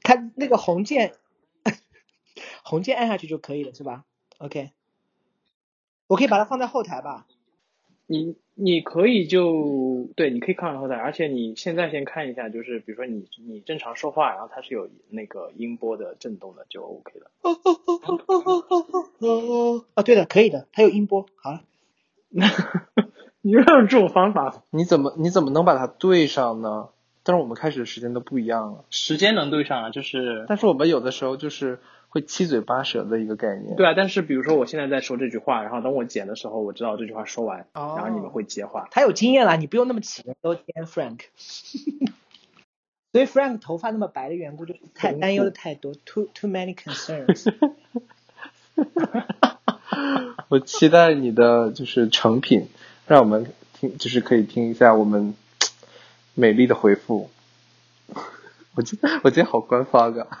它那个红键红键按下去就可以了是吧 ？OK， 我可以把它放在后台吧？ 你可以对，你可以看到后台，而且你现在先看一下，就是比如说你正常说话，然后它是有那个音波的震动的，就 OK 了。 哦，对的，可以的，它有音波。好了， 你就用这种方法， 你怎么能把它对上呢？但是我们开始的时间都不一样了。 时间能对上啊，就是但是我们有的时候就是会七嘴八舌的一个概念。 对啊，但是比如说我现在在说这句话，然后等我剪的时候，我知道这句话说完，然后你们会接话。 他有经验了，你不用那么杞人忧天 ，Frank。所以 Frank 头发那么白的缘故，就是担忧的太多 ，too many concerns。 我期待你的就是成品，让我们听，就是可以听一下我们美丽的回复。我今天好官方啊。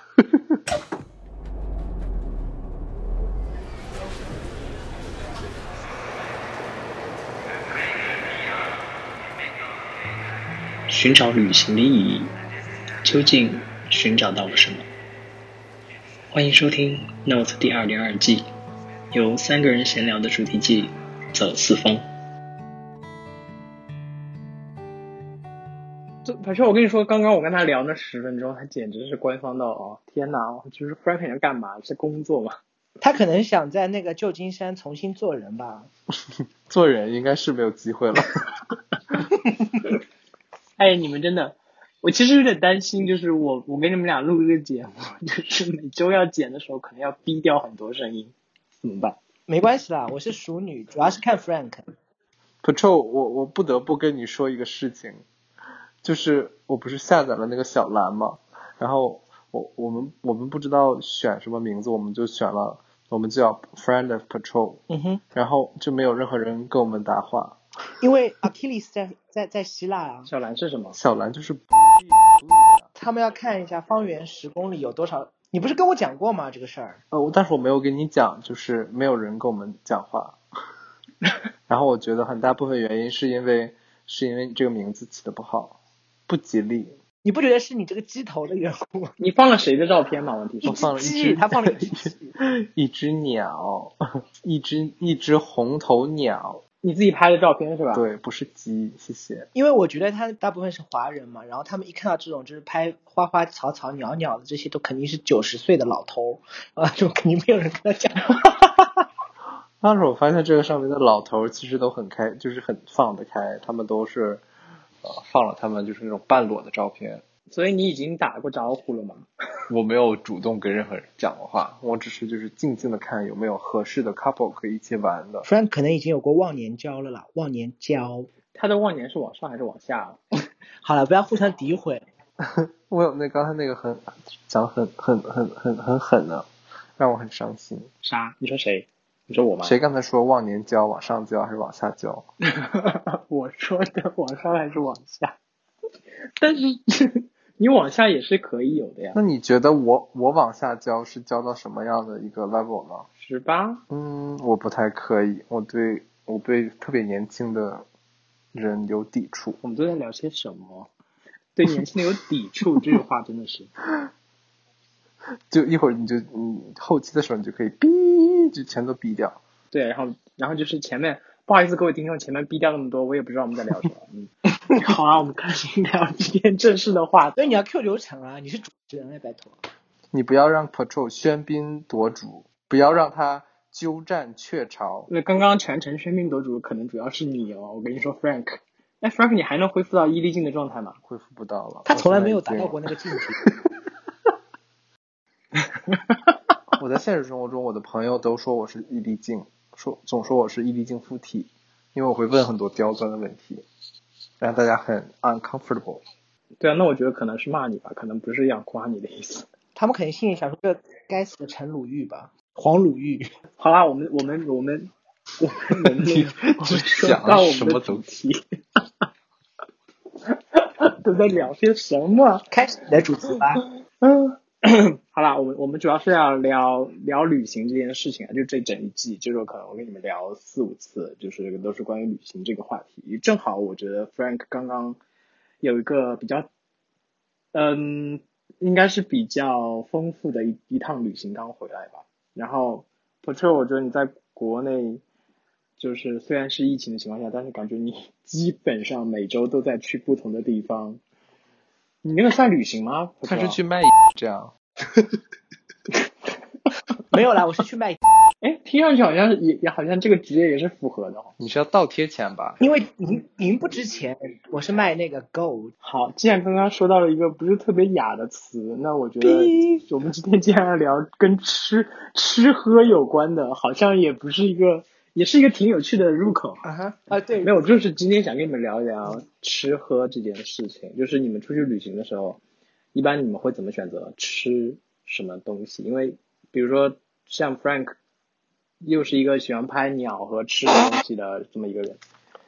寻找旅行的意义，究竟寻找到了什么？欢迎收听 Note 第2.2季，由3个人闲聊的主题季，走四风。 反正我跟你说，刚刚我跟他聊那10分钟，他简直是官方到天哪，就是 Frank 要干嘛？是工作吗？ 他可能想在那个旧金山重新做人吧。 做人应该是没有机会了。 哎，你们真的，我其实有点担心，就是我跟你们俩录这个节目，就是每周要剪的时候，可能要逼掉很多声音，怎么办？ 没关系啦，我是熟女，主要是看 Frank。Patrol， 我不得不跟你说一个事情，就是我不是下载了那个小蓝嘛，然后我们不知道选什么名字，我们就选了，我们叫 Friend of Patrol。然后就没有任何人跟我们搭话。 因为 Achilles 在希腊啊。 小蓝是什么？ 小蓝就是他们要看一下方圆10公里有多少。你不是跟我讲过吗？这个事儿。 但是我没有跟你讲，就是没有人跟我们讲话。然后我觉得很大部分原因是因为你这个名字起得不好，不吉利。 你不觉得是你这个鸡头的缘故吗？ 你放了谁的照片吗？问题是我放了他放了一只鸟，一只红头鸟。 你自己拍的照片是吧？ 对，不是鸡，谢谢。 因为我觉得他大部分是华人嘛，然后他们一看到这种就是拍花花草草鸟鸟的，这些都肯定是90岁的老头啊，就肯定没有人跟他讲话。 当时我发现这个上面的老头其实都很开，就是很放得开，他们都是放了他们就是那种半裸的照片。 所以你已经打过招呼了吗？ 我没有主动跟任何人讲过话，我只是就是静静的看有没有合适的 couple 可以一起玩的。 Frank 可能已经有过忘年交了啦，忘年交。 他的忘年是往上还是往下？ 好了，不要互相诋毁。 我有刚才那个讲很狠的，让我很伤心。 啥？你说谁？你说我吗？ 谁刚才说忘年交往上交还是往下交？ 我说的往上还是往下？但是你往下也是可以有的呀。 那你觉得我往下交是交到什么样的一个 level 呢 ？18？ 我不太可以，我对特别年轻的人有抵触。 我们都在聊些什么？对年轻的有抵触，这句话真的是。 就一会儿你后期的时候你就可以逼，就全都逼掉。 对，然后就是前面不好意思各位听众，前面逼掉那么多，我也不知道我们在聊什么。好啊，我们开始聊今天正式的话。 所以你要 Q 流程啊，你是主持人，拜托。 你不要让 Patrol 喧宾夺主，不要让他鸠占鹊巢。 那刚刚全程喧宾夺主，可能主要是你哦。我跟你说 ，Frank， 哎 ，Frank， 你还能恢复到伊利镜的状态吗？ 恢复不到了。 他从来没有达到过那个境界。 我在现实生活中，我的朋友都说我是伊利镜，总说我是伊利镜附体，因为我会问很多刁钻的问题，让大家很 uncomfortable。 对啊，那我觉得可能是骂你吧，可能不是要夸你的意思。 他们肯定心里想说这该死的陈鲁豫吧，黄鲁豫。 好啦，我们想到什么主题？ 都在聊些什么？ 开始你的主题吧。 好啦，我们主要是要聊旅行这件事情啊，就这整一季，就是可能我跟你们聊4-5次，就是都是关于旅行这个话题。正好我觉得 Frank 刚刚有一个比较应该是比较丰富的一趟旅行刚回来吧。然后 Porter 我觉得你在国内就是虽然是疫情的情况下，但是感觉你基本上每周都在去不同的地方。你那个算旅行吗？ 他是去卖这样。 没有啦，我是去卖。 哎，听上去好像也好像这个职业也是符合的哦。 你是要倒贴钱吧？ 因为银不值钱，我是卖那个 gold。 好，既然刚刚说到了一个不是特别雅的词，那我觉得我们今天既然要聊跟吃喝有关的，好像也不是一个，也是一个挺有趣的入口。 对， 没有，就是今天想跟你们聊一聊吃喝这件事情。就是你们出去旅行的时候，一般你们会怎么选择吃什么东西？因为比如说像 Frank 又是一个喜欢拍鸟和吃的东西的这么一个人。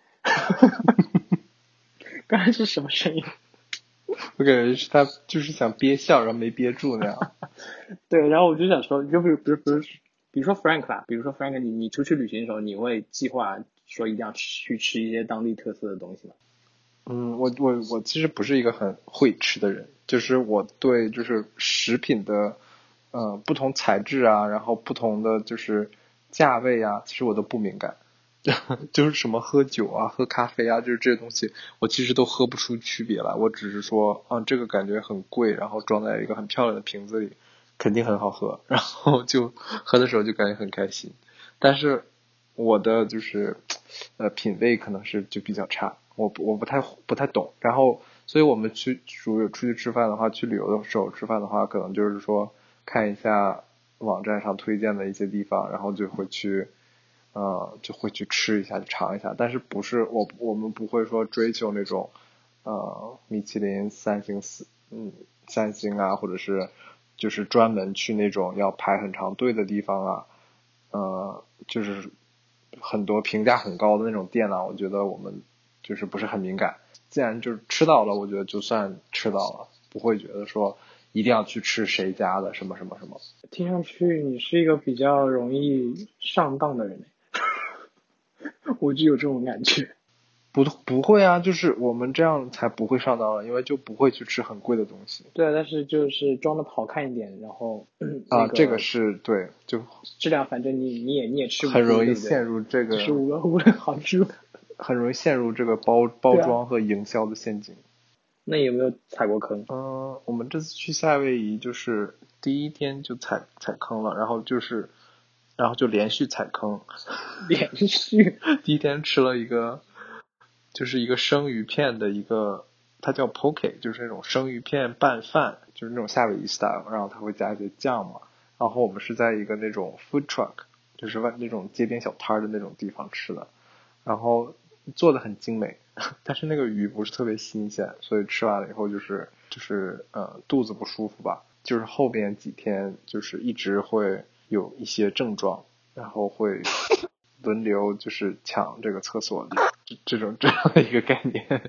刚才是什么声音？ 我感觉是他就是想憋笑，然后没憋住那样。 对，然后我就想说，就比如说 Frank 吧，比如说 Frank，你出去旅行的时候，你会计划说一定要去吃一些当地特色的东西吗？ 我其实不是一个很会吃的人，就是我对就是食品的不同材质啊，然后不同的就是价位啊，其实我都不敏感。就是什么喝酒啊、喝咖啡啊，就是这些东西，我其实都喝不出区别来。我只是说，这个感觉很贵，然后装在一个很漂亮的瓶子里，肯定很好喝，然后就喝的时候就感觉很开心。但是我的就是品味可能是就比较差，我不太懂。然后，所以我们出去吃饭的话，去旅游的时候吃饭的话，可能就是说看一下网站上推荐的一些地方，然后就会去吃一下，尝一下，但是不是我们不会说追求那种米其林三星啊，或者是就是专门去那种要排很长队的地方啊，就是很多评价很高的那种店啊，我觉得我们就是不是很敏感。既然就是吃到了，我觉得就算吃到了，不会觉得说一定要去吃谁家的什么什么什么。 听上去你是一个比较容易上当的人。我就有这种感觉。 不会啊，就是我们这样才不会上当了，因为就不会去吃很贵的东西。 对，但是就是装的好看一点，然后这个是对，就质量反正你也吃不出， 很容易陷入这个， 是无论好吃， 很容易陷入这个包装和营销的陷阱。 那有没有踩过坑？ 我们这次去夏威夷就是第一天就踩坑了，然后就连续踩坑。 连续第一天吃了一个就是一个生鱼片的一个，它叫 poke， 就是那种生鱼片拌饭，就是那种夏威夷 style， 然后它会加一些酱嘛。然后我们是在一个那种 food truck， 就是那种街边小摊的那种地方吃的，然后做的很精美，但是那个鱼不是特别新鲜，所以吃完了以后就是肚子不舒服吧，就是后边几天就是一直会有一些症状，然后会轮流就是抢这个厕所里这样的一个概念。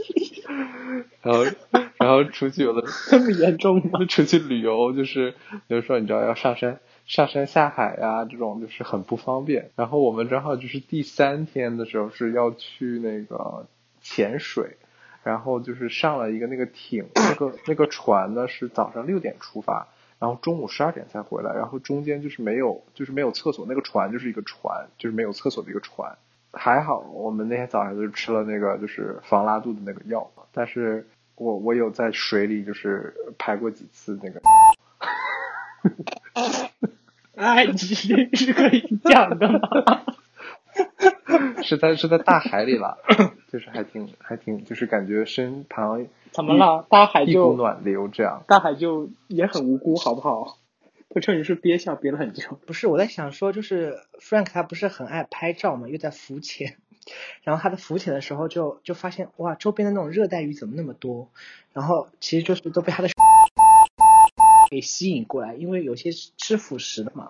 然后出去有的这么严重吗？ 出去旅游就是比如说你知道要上山下海呀，这种就是很不方便。然后我们正好就是第3天的时候是要去那个潜水，然后就是上了一个那个艇，那个船呢是早上6点出发，然后中午12点才回来，然后中间就是没有厕所，那个船就是一个船，就是没有厕所的一个船。还好我们那天早上就吃了那个就是防拉肚的那个药，但是我有在水里就是排过几次那个。 哎，你是可以讲的吗？ 是在大海里了，就是还挺就是感觉身旁怎么了？大海一股暖流这样。 大海就也很无辜，好不好？不趁你是憋笑憋了很久。 不是，我在想说，就是 Frank 他不是很爱拍照嘛，又在浮潜，然后他在浮潜的时候就发现哇，周边的那种热带鱼怎么那么多，然后其实就是都被他的给吸引过来，因为有些是吃腐食的嘛。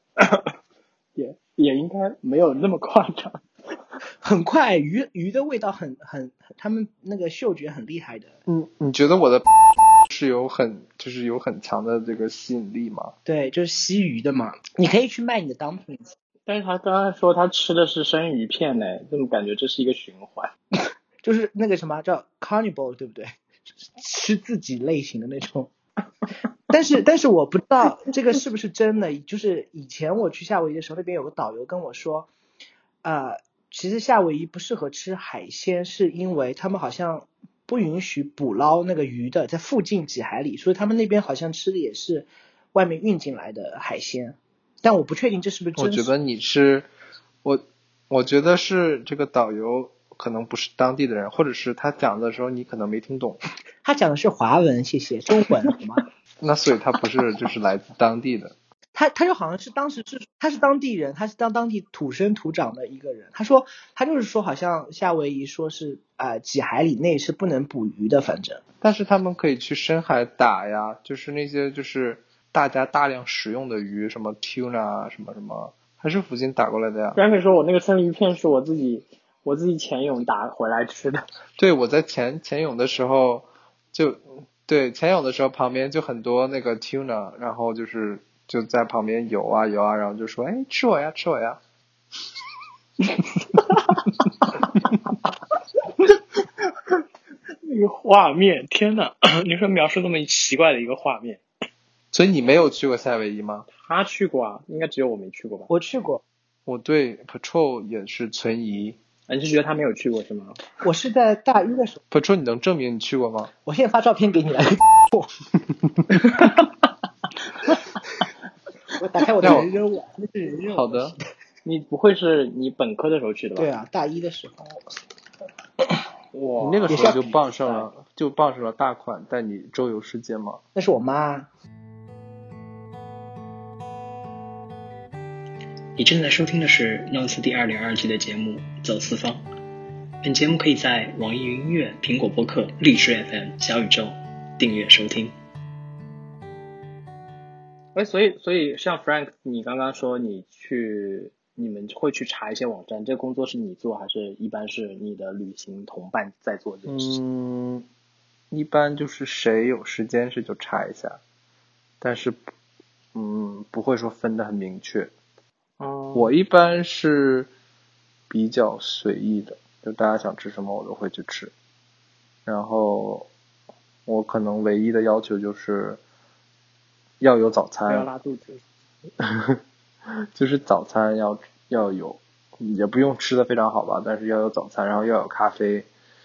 也应该没有那么夸张。 很快鱼的味道很他们那个嗅觉很厉害的。 你觉得我的是有很强的这个吸引力吗？ 对，就是吸鱼的嘛。你可以去卖你的 dumplings。 但是他刚才说他吃的是生鱼片呢，这么感觉这是一个循环。 就是那个什么叫 cannibal 对不对？吃自己类型的那种。 但是我不知道这个是不是真的，就是以前我去夏威夷的时候，那边有个导游跟我说，其实夏威夷不适合吃海鲜，是因为他们好像不允许捕捞那个鱼的，在附近几海里，所以他们那边好像吃的也是外面运进来的海鲜，但我不确定这是不是真实。 我觉得你是我觉得是这个导游可能不是当地的人，或者是他讲的时候你可能没听懂。 他讲的是华文，谢谢，中文好吗？ 那所以他不是就是来自当地的。 他就好像是当时他是当地人，他是当地土生土长的一个人。他就是说好像夏威夷说是几海里内是不能捕鱼的，反正。 但是他们可以去深海打呀，就是那些就是大家大量食用的鱼，什么 tuna 什么什么，还是附近打过来的呀。 然可以说我那个生鱼片是我自己潜泳打回来吃的。 对，我在潜泳的时候潜泳的时候旁边就很多那个 tuna， 然后就在旁边游啊，然后就说哎吃我呀。 那个画面，天哪！你说描述这么奇怪的一个画面。 所以你没有去过夏威夷吗？ 他去过啊，应该只有我没去过吧？ 我去过。 我对 Patrol 也是存疑。 你是觉得他没有去过是吗？ 我是在大一的时候。 Patrol 你能证明你去过吗？ 我现在发照片给你来。我打开我的人人网，那是人人网。 好的。 你不会是你本科的时候去的吧？ 对啊，大一的时候。 哇，你那个时候就傍上了大款带你周游世界吗？ 那是我妈。 你正在收听的是 Notes 第2.2季的节目《走四方》。本节目可以在网易云音乐、苹果播客、荔枝 FM、小宇宙订阅收听。 所以像 Frank， 你刚刚说你们会去查一些网站，这个工作是你做还是一般是你的旅行同伴在做这件事情？ 一般就是谁有时间谁就查一下，但是不会说分得很明确。我一般是比较随意的，就大家想吃什么我都会去吃，然后我可能唯一的要求就是要有早餐， 不要拉肚子。 就是早餐要有，也不用吃的非常好吧，但是要有早餐，然后要有咖啡，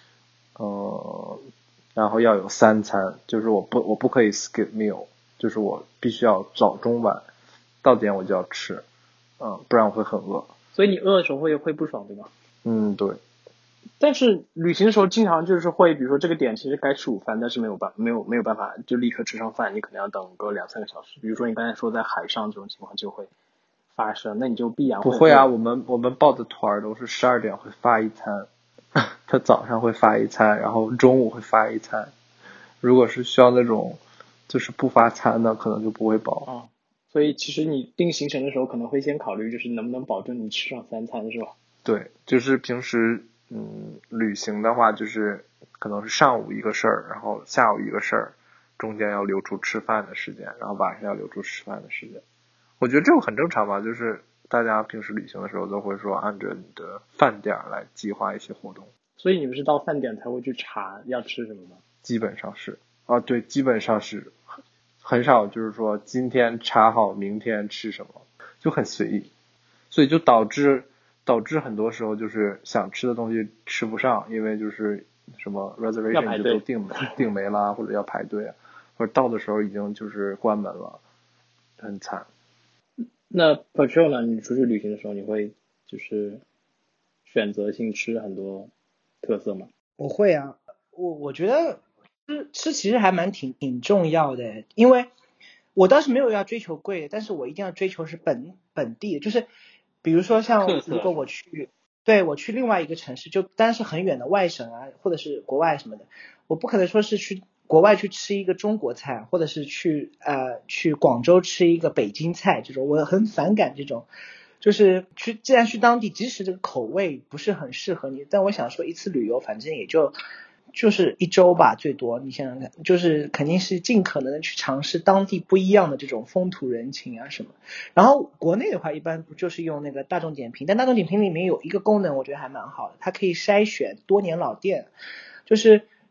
然后要有3餐，就是我不可以 skip meal， 就是我必须要早中晚到点我就要吃，不然我会很饿。 所以你饿的时候会不爽对吗？ 对。 但是旅行的时候经常就是会，比如说这个点其实该吃午饭，但是没有办法就立刻吃上饭，你可能要等个2-3个小时。比如说你刚才说在海上这种情况就会发生，那你就必然不会啊，我们报的团都是12点会发一餐，他早上会发一餐，然后中午会发一餐。如果是需要那种就是不发餐的，可能就不会报。 所以其实你定行程的时候可能会先考虑就是能不能保证你吃上3餐是吧？ 对，就是平时旅行的话就是可能是上午一个事儿，然后下午一个事儿，中间要留出吃饭的时间，然后晚上要留出吃饭的时间。我觉得这个很正常吧，就是大家平时旅行的时候都会说按着你的饭点来计划一些活动。 所以你们是到饭点才会去查要吃什么吗？ 基本上是对，基本上是很少就是说今天查好明天吃什么，就很随意，所以就导致很多时候就是想吃的东西吃不上，因为就是什么 reservation 就都订没了，或者要排队，或者到的时候已经就是关门了，很惨。 那 Patrol 呢？你出去旅行的时候你会就是选择性吃很多特色吗？ 我会啊，我觉得吃其实还挺重要的，因为我倒是没有要追求贵的，但是我一定要追求是本地的，就是比如说像如果我去另外一个城市，就当然是很远的外省啊，或者是国外什么的，我不可能说是去国外去吃一个中国菜，或者是去广州吃一个北京菜，这种我很反感这种。就是既然去当地，即使这个口味不是很适合你，但我想说一次旅游反正也就是1周吧，最多你想想看，就是肯定是尽可能的去尝试当地不一样的这种风土人情啊什么。然后国内的话一般不就是用那个大众点评，但大众点评里面有一个功能我觉得还蛮好的，它可以筛选多年老店，就是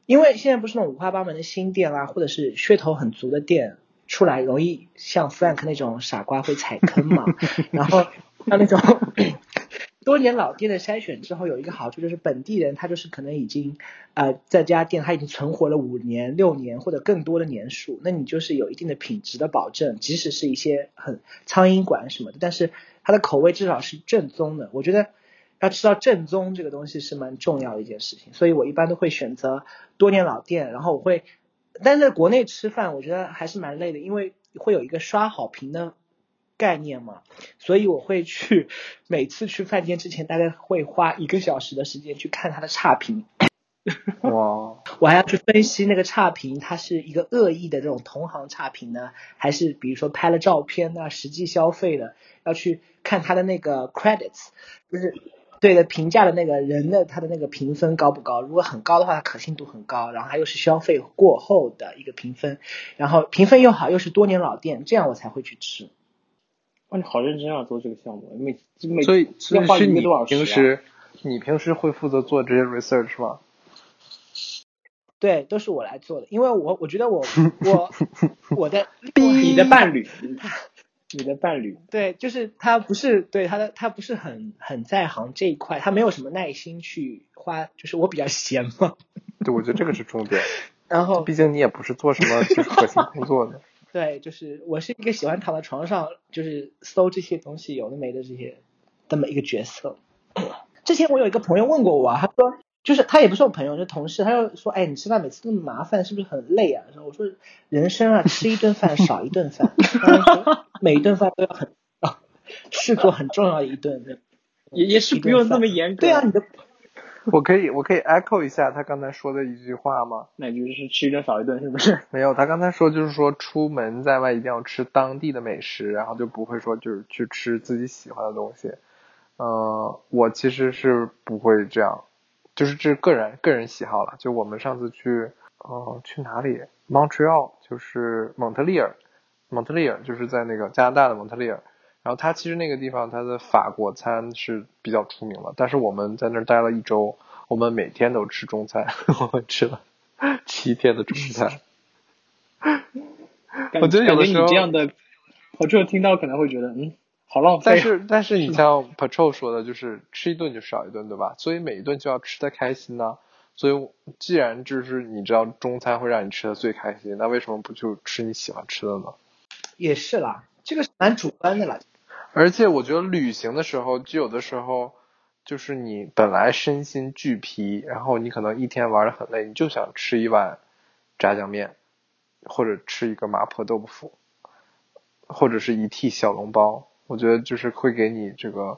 因为现在不是那种五花八门的新店啦，或者是噱头很足的店出来，容易像 Frank 那种傻瓜会踩坑嘛。然后像那种多年老店的筛选之后，有一个好处就是本地人他就是可能已经在这家店他已经存活了5年6年或者更多的年数，那你就是有一定的品质的保证，即使是一些很苍蝇馆什么的，但是它的口味至少是正宗的。我觉得要吃到正宗这个东西是蛮重要的一件事情，所以我一般都会选择多年老店。然后我会，但是在国内吃饭我觉得还是蛮累的，因为会有一个刷好评的概念嘛，所以我会每次去饭店之前大概会花1个小时的时间去看它的差评。 哇， 我还要去分析那个差评，它是一个恶意的这种同行差评呢，还是比如说拍了照片啊，实际消费的，要去看它的那个 credits， 就是对的评价的那个人的他的那个评分高不高，如果很高的话它可信度很高，然后它又是消费过后的一个评分，然后评分又好又是多年老店，这样我才会去吃。 哇，你好认真要做这个项目， 所以要花是 1个多小时你平时会负责做这些 research 吗？ 对，都是我来做的，因为我觉得我的你的伴侣， 对，就是他不是对他不是很在行这一块，他没有什么耐心去花，就是我比较闲嘛。 对，我觉得这个是重点。 然后毕竟你也不是做什么就是核心工作的。 对，就是我是一个喜欢躺在床上就是搜这些东西有的没的这么一个角色。之前我有一个朋友问过我，他说就是他也不是我朋友，就是同事，他就说，哎，你吃饭每次那么麻烦，是不是很累啊？然后我说，人生啊，吃一顿饭少一顿饭，每一顿饭都要视作很重要的一顿， 也是不用那么严格。 对啊，你的。 我可以 echo 一下他刚才说的一句话吗？ 那就是吃一顿少一顿，是不是？ 没有，他刚才说就是说出门在外一定要吃当地的美食，然后就不会说就是去吃自己喜欢的东西。我其实是不会这样，就是这个人喜好了。就我们上次去哪里 Montreal， 就是蒙特利尔就是在那个加拿大的蒙特利尔。然后它其实那个地方它的法国餐是比较出名了，但是我们在那儿待了1周，我们每天都吃中餐，我们吃了7天的中餐。我觉得有的时候你这样的我就听到可能会觉得好浪费。 但是你像 Patrol 说的，就是吃一顿就少一顿，对吧？所以每一顿就要吃得开心呢。所以既然就是你知道中餐会让你吃得最开心，那为什么不就吃你喜欢吃的呢？ 也是啦，这个是蛮主观的啦。 而且我觉得旅行的时候，就有的时候就是你本来身心俱疲，然后你可能一天玩得很累，你就想吃一碗炸酱面，或者吃一个麻婆豆腐，或者是一屉小笼包。我觉得就是会给你这个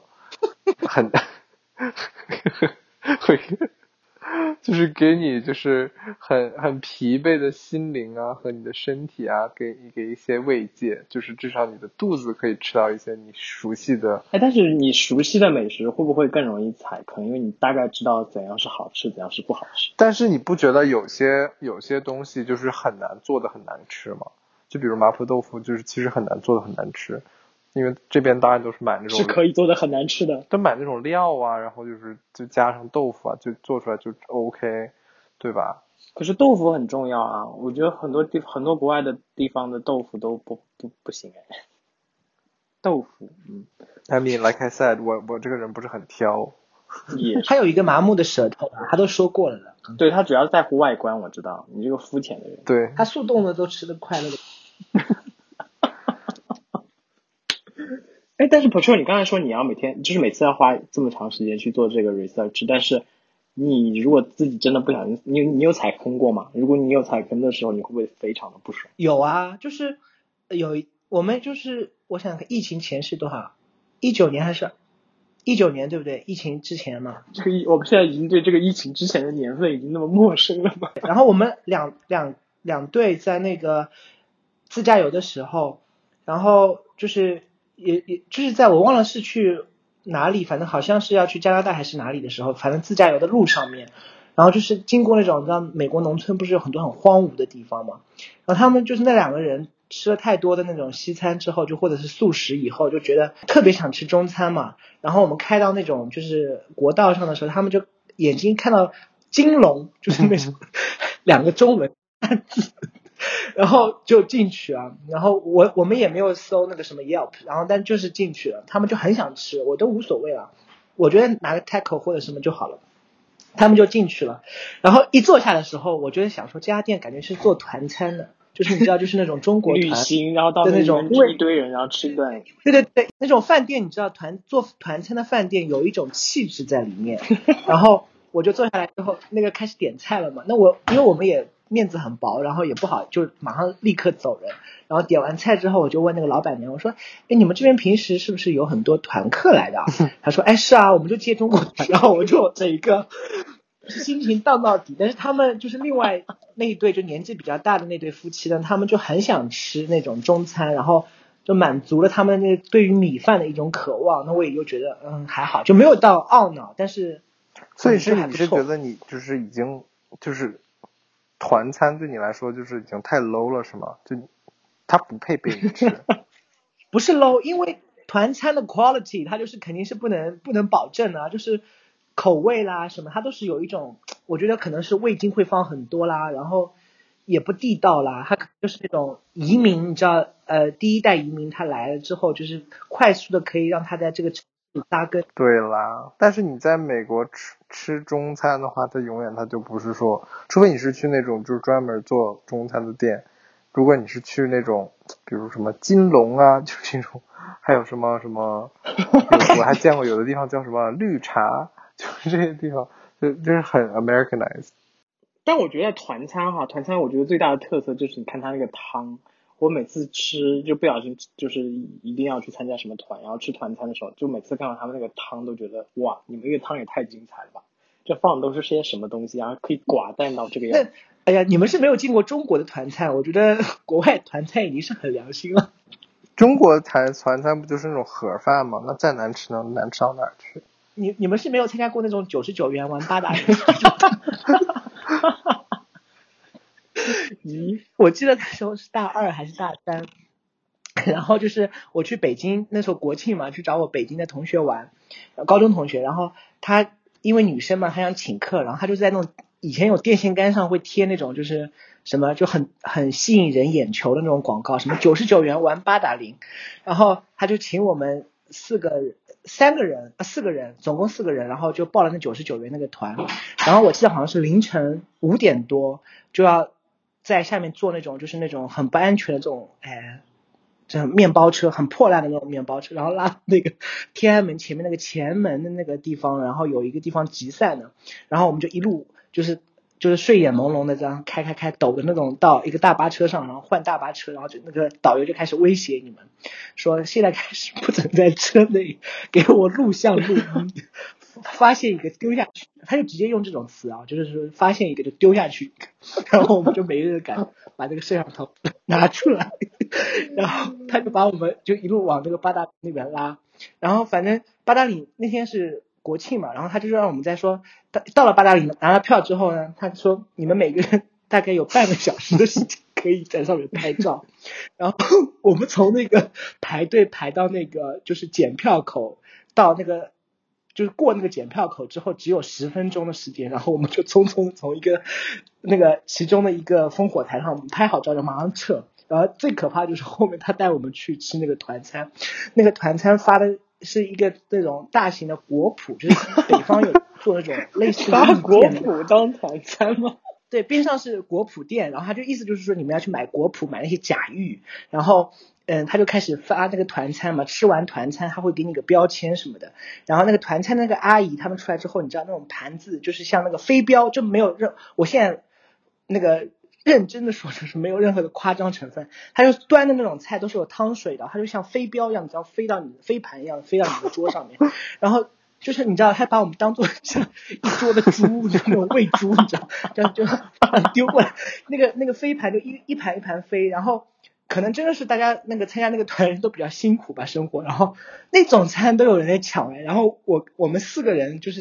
会就是给你就是很疲惫的心灵啊和你的身体啊，给一些慰藉，就是至少你的肚子可以吃到一些你熟悉的。 但是你熟悉的美食会不会更容易踩坑？因为你大概知道怎样是好吃，怎样是不好吃。 但是你不觉得有些东西就是很难做的很难吃吗？就比如麻婆豆腐，就是其实很难做的很难吃。因为这边当然都是买那种是可以做的很难吃的， 都买那种料啊，然后就加上豆腐啊，就做出来就 OK， 对吧？ 可是豆腐很重要啊，我觉得很多国外的地方的豆腐都不行哎。豆腐 I mean like I said， 我这个人不是很挑。 他有一个麻木的舌头，他都说过了的。 对，他主要在乎外观，我知道你这个肤浅的人。 对， 他速冻的都吃得快乐的。 但是 Patrol 你刚才说你要每次要花这么长时间去做这个 research， 但是你如果自己真的不小心，你有踩坑过吗？如果你有踩坑的时候，你会不会非常的不爽？ 有啊，就是我们就是我想看疫情前是多少？19年还是19年对不对？疫情之前嘛。 我们现在已经对这个疫情之前的年份已经那么陌生了吗？ 然后我们两队在那个自驾游的时候，然后就是也就是在我忘了是去哪里，反正好像是要去加拿大还是哪里的时候，反正自驾游的路上面，然后就是经过那种你知道美国农村不是有很多很荒芜的地方嘛，然后他们就是那2个人吃了太多的那种西餐之后，就或者是素食以后，就觉得特别想吃中餐嘛，然后我们开到那种就是国道上的时候，他们就眼睛看到金龙，就是那种 2个中文单字，然后就进去了。然后我们也没有搜那个什么 Yelp， 然后但就是进去了，他们就很想吃，我都无所谓了，我觉得拿个 taco 或者什么就好了。他们就进去了，然后一坐下的时候，我就想说这家店感觉是做团餐的，就是你知道，就是那种中国旅行，然后到那种一堆人，然后吃一顿。 对对对，那种饭店，你知道做团餐的饭店有一种气质在里面。然后我就坐下来之后，那个开始点菜了嘛。那因为我们也面子很薄，然后也不好就马上立刻走人。然后点完菜之后，我就问那个老板娘，我说：“哎，你们这边平时是不是有很多团客来的啊？”她说：“哎，是啊，我们就接中国团。”然后我就这一个心情荡到底。但是他们就是另外那一对就年纪比较大的那对夫妻呢，他们就很想吃那种中餐，然后就满足了他们那对于米饭的一种渴望。那我也就觉得还好，就没有到懊恼，但是所以你是觉得你就是已经就是团餐对你来说就是已经太 low 了是吗？就它不配被你吃。 不是 low， 因为团餐的 quality 它就是肯定是不能保证的，就是口味啦什么，它都是有一种，我觉得可能是味精会放很多啦，然后也不地道啦，它就是那种移民，你知道第一代移民他来了之后，就是快速的可以让他在这个城市扎根。 对啦，但是你在美国吃中餐的话，它就不是说，除非你是去那种就是专门做中餐的店。如果你是去那种比如什么金龙啊，就这种，还有什么我还见过有的地方叫什么绿茶，就是这些地方就是很 Americanized。 但我觉得团餐我觉得最大的特色就是你看它那个汤，我每次吃就不小心就是一定要去参加什么团，然后吃团餐的时候，就每次看到他们那个汤都觉得哇，你们这个汤也太精彩了吧，这放的都是些什么东西，然后可以寡淡到这个样子。 哎呀，你们是没有进过中国的团餐，我觉得国外团餐已经是很良心了。 中国团餐不就是那种盒饭吗？那再难吃能难吃到哪儿去？ 你们是没有参加过那种99元玩8打零？我记得那时候是大2还是大3，然后就是我去北京，那时候国庆嘛，去找我北京的同学玩，高中同学，然后他因为女生嘛，她想请客，然后他就在那种以前有电线杆上会贴那种就是什么就很吸引人眼球的那种广告，什么99元玩8打0，然后他就请我们4个人，总共4个人，然后就报了那99元那个团，然后我记得好像是凌晨5点多就要在下面坐那种就是那种很不安全的这种这种面包车，很破烂的那种面包车，然后拉那个天安门前面那个前门的那个地方，然后有一个地方集散的，然后我们就一路就是睡眼朦胧的这样开抖的那种到一个大巴车上，然后换大巴车，然后就那个导游就开始威胁你们说现在开始不准在车内给我录像录音，发现一个丢下去，他就直接用这种词啊，就是说发现一个就丢下去，然后我们就没人敢把这个摄像头拿出来，然后他就把我们就一路往那个八达岭那边拉，然后反正八达岭那天是国庆嘛，然后他就让我们在说到了八达岭拿了票之后呢，他说你们每个人大概有半个小时的时间可以在上面拍照，然后我们从那个排队排到那个就是检票口到那个就是过那个检票口之后只有10分钟的时间，然后我们就匆匆从一个那个其中的一个烽火台上我们拍好照就马上撤，然后最可怕就是后面他带我们去吃那个团餐，那个团餐发的是一个那种大型的果脯，就是北方有做那种类似发果脯当团餐吗？ 对，边上是果脯店，然后他就意思就是说你们要去买果脯，买那些假玉，然后他就开始发那个团餐嘛，吃完团餐他会给你个标签什么的，然后那个团餐那个阿姨他们出来之后，你知道那种盘子就是像那个飞镖，就没有我现在那个认真的说就是没有任何的夸张成分，他就端的那种菜都是有汤水的，他就像飞镖一样，你知道飞到你飞盘一样飞到你的桌上面，然后就是你知道他把我们当做像一桌的猪那种喂猪，你知道这样就丢过来，那个飞盘就一盘一盘飞，然后可能真的是大家那个参加那个团人都比较辛苦吧生活，然后那种餐都有人在抢然后我们4个人就是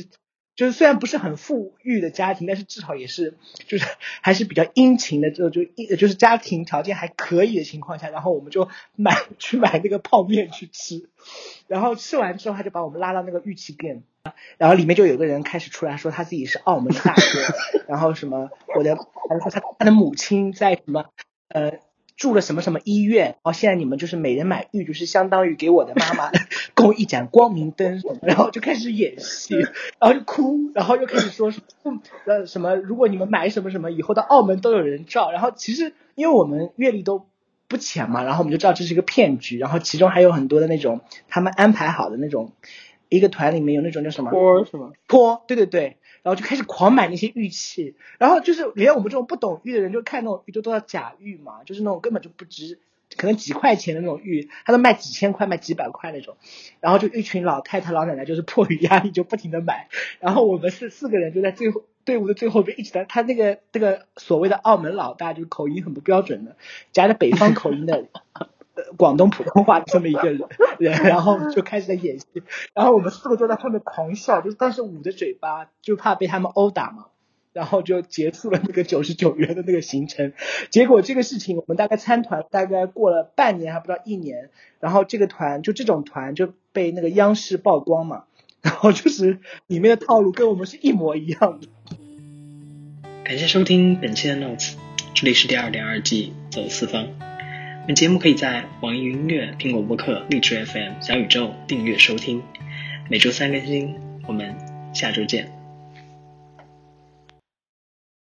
就是虽然不是很富裕的家庭，但是至少也是就是还是比较殷勤的，就是家庭条件还可以的情况下，然后我们就去买那个泡面去吃，然后吃完之后他就把我们拉到那个玉器店，然后里面就有个人开始出来说他自己是澳门的大哥，然后什么他就说他的母亲在什么住了什么什么医院，然后现在你们就是每人买玉，就是相当于给我的妈妈供一盏光明灯什么，然后就开始演戏，然后就哭，然后又开始说什么如果你们买什么什么，以后到澳门都有人照。然后其实因为我们阅历都不浅嘛，然后我们就知道这是一个骗局，然后其中还有很多的那种他们安排好的那种，一个团里面有那种叫什么托是吗？ 托，对对对。然后就开始狂买那些玉器，然后就是连我们这种不懂玉的人就看那种玉都叫假玉嘛，就是那种根本就不值，可能几块钱的那种玉，他都卖几千块卖几百块那种，然后就一群老太太老奶奶就是迫于压力就不停的买，然后我们是4个人就在队伍的最后边一直在，他那个所谓的澳门老大就是口音很不标准的，夹着北方口音的广东普通话这么一个人，然后就开始在演戏，然后我们4个就在后面狂笑，就是但是捂着嘴巴，就怕被他们殴打嘛，然后就结束了那个99元的那个行程。结果这个事情我们大概参团大概过了半年还不到1年，然后这个团就这种团就被那个央视曝光嘛，然后就是里面的套路跟我们是一模一样的。 感谢收听本期的 Notes， 这里是第2.2季走四方。本节目可以在网易云音乐、苹果播客、荔枝 FM、小宇宙订阅收听，每周3更新。我们下周见。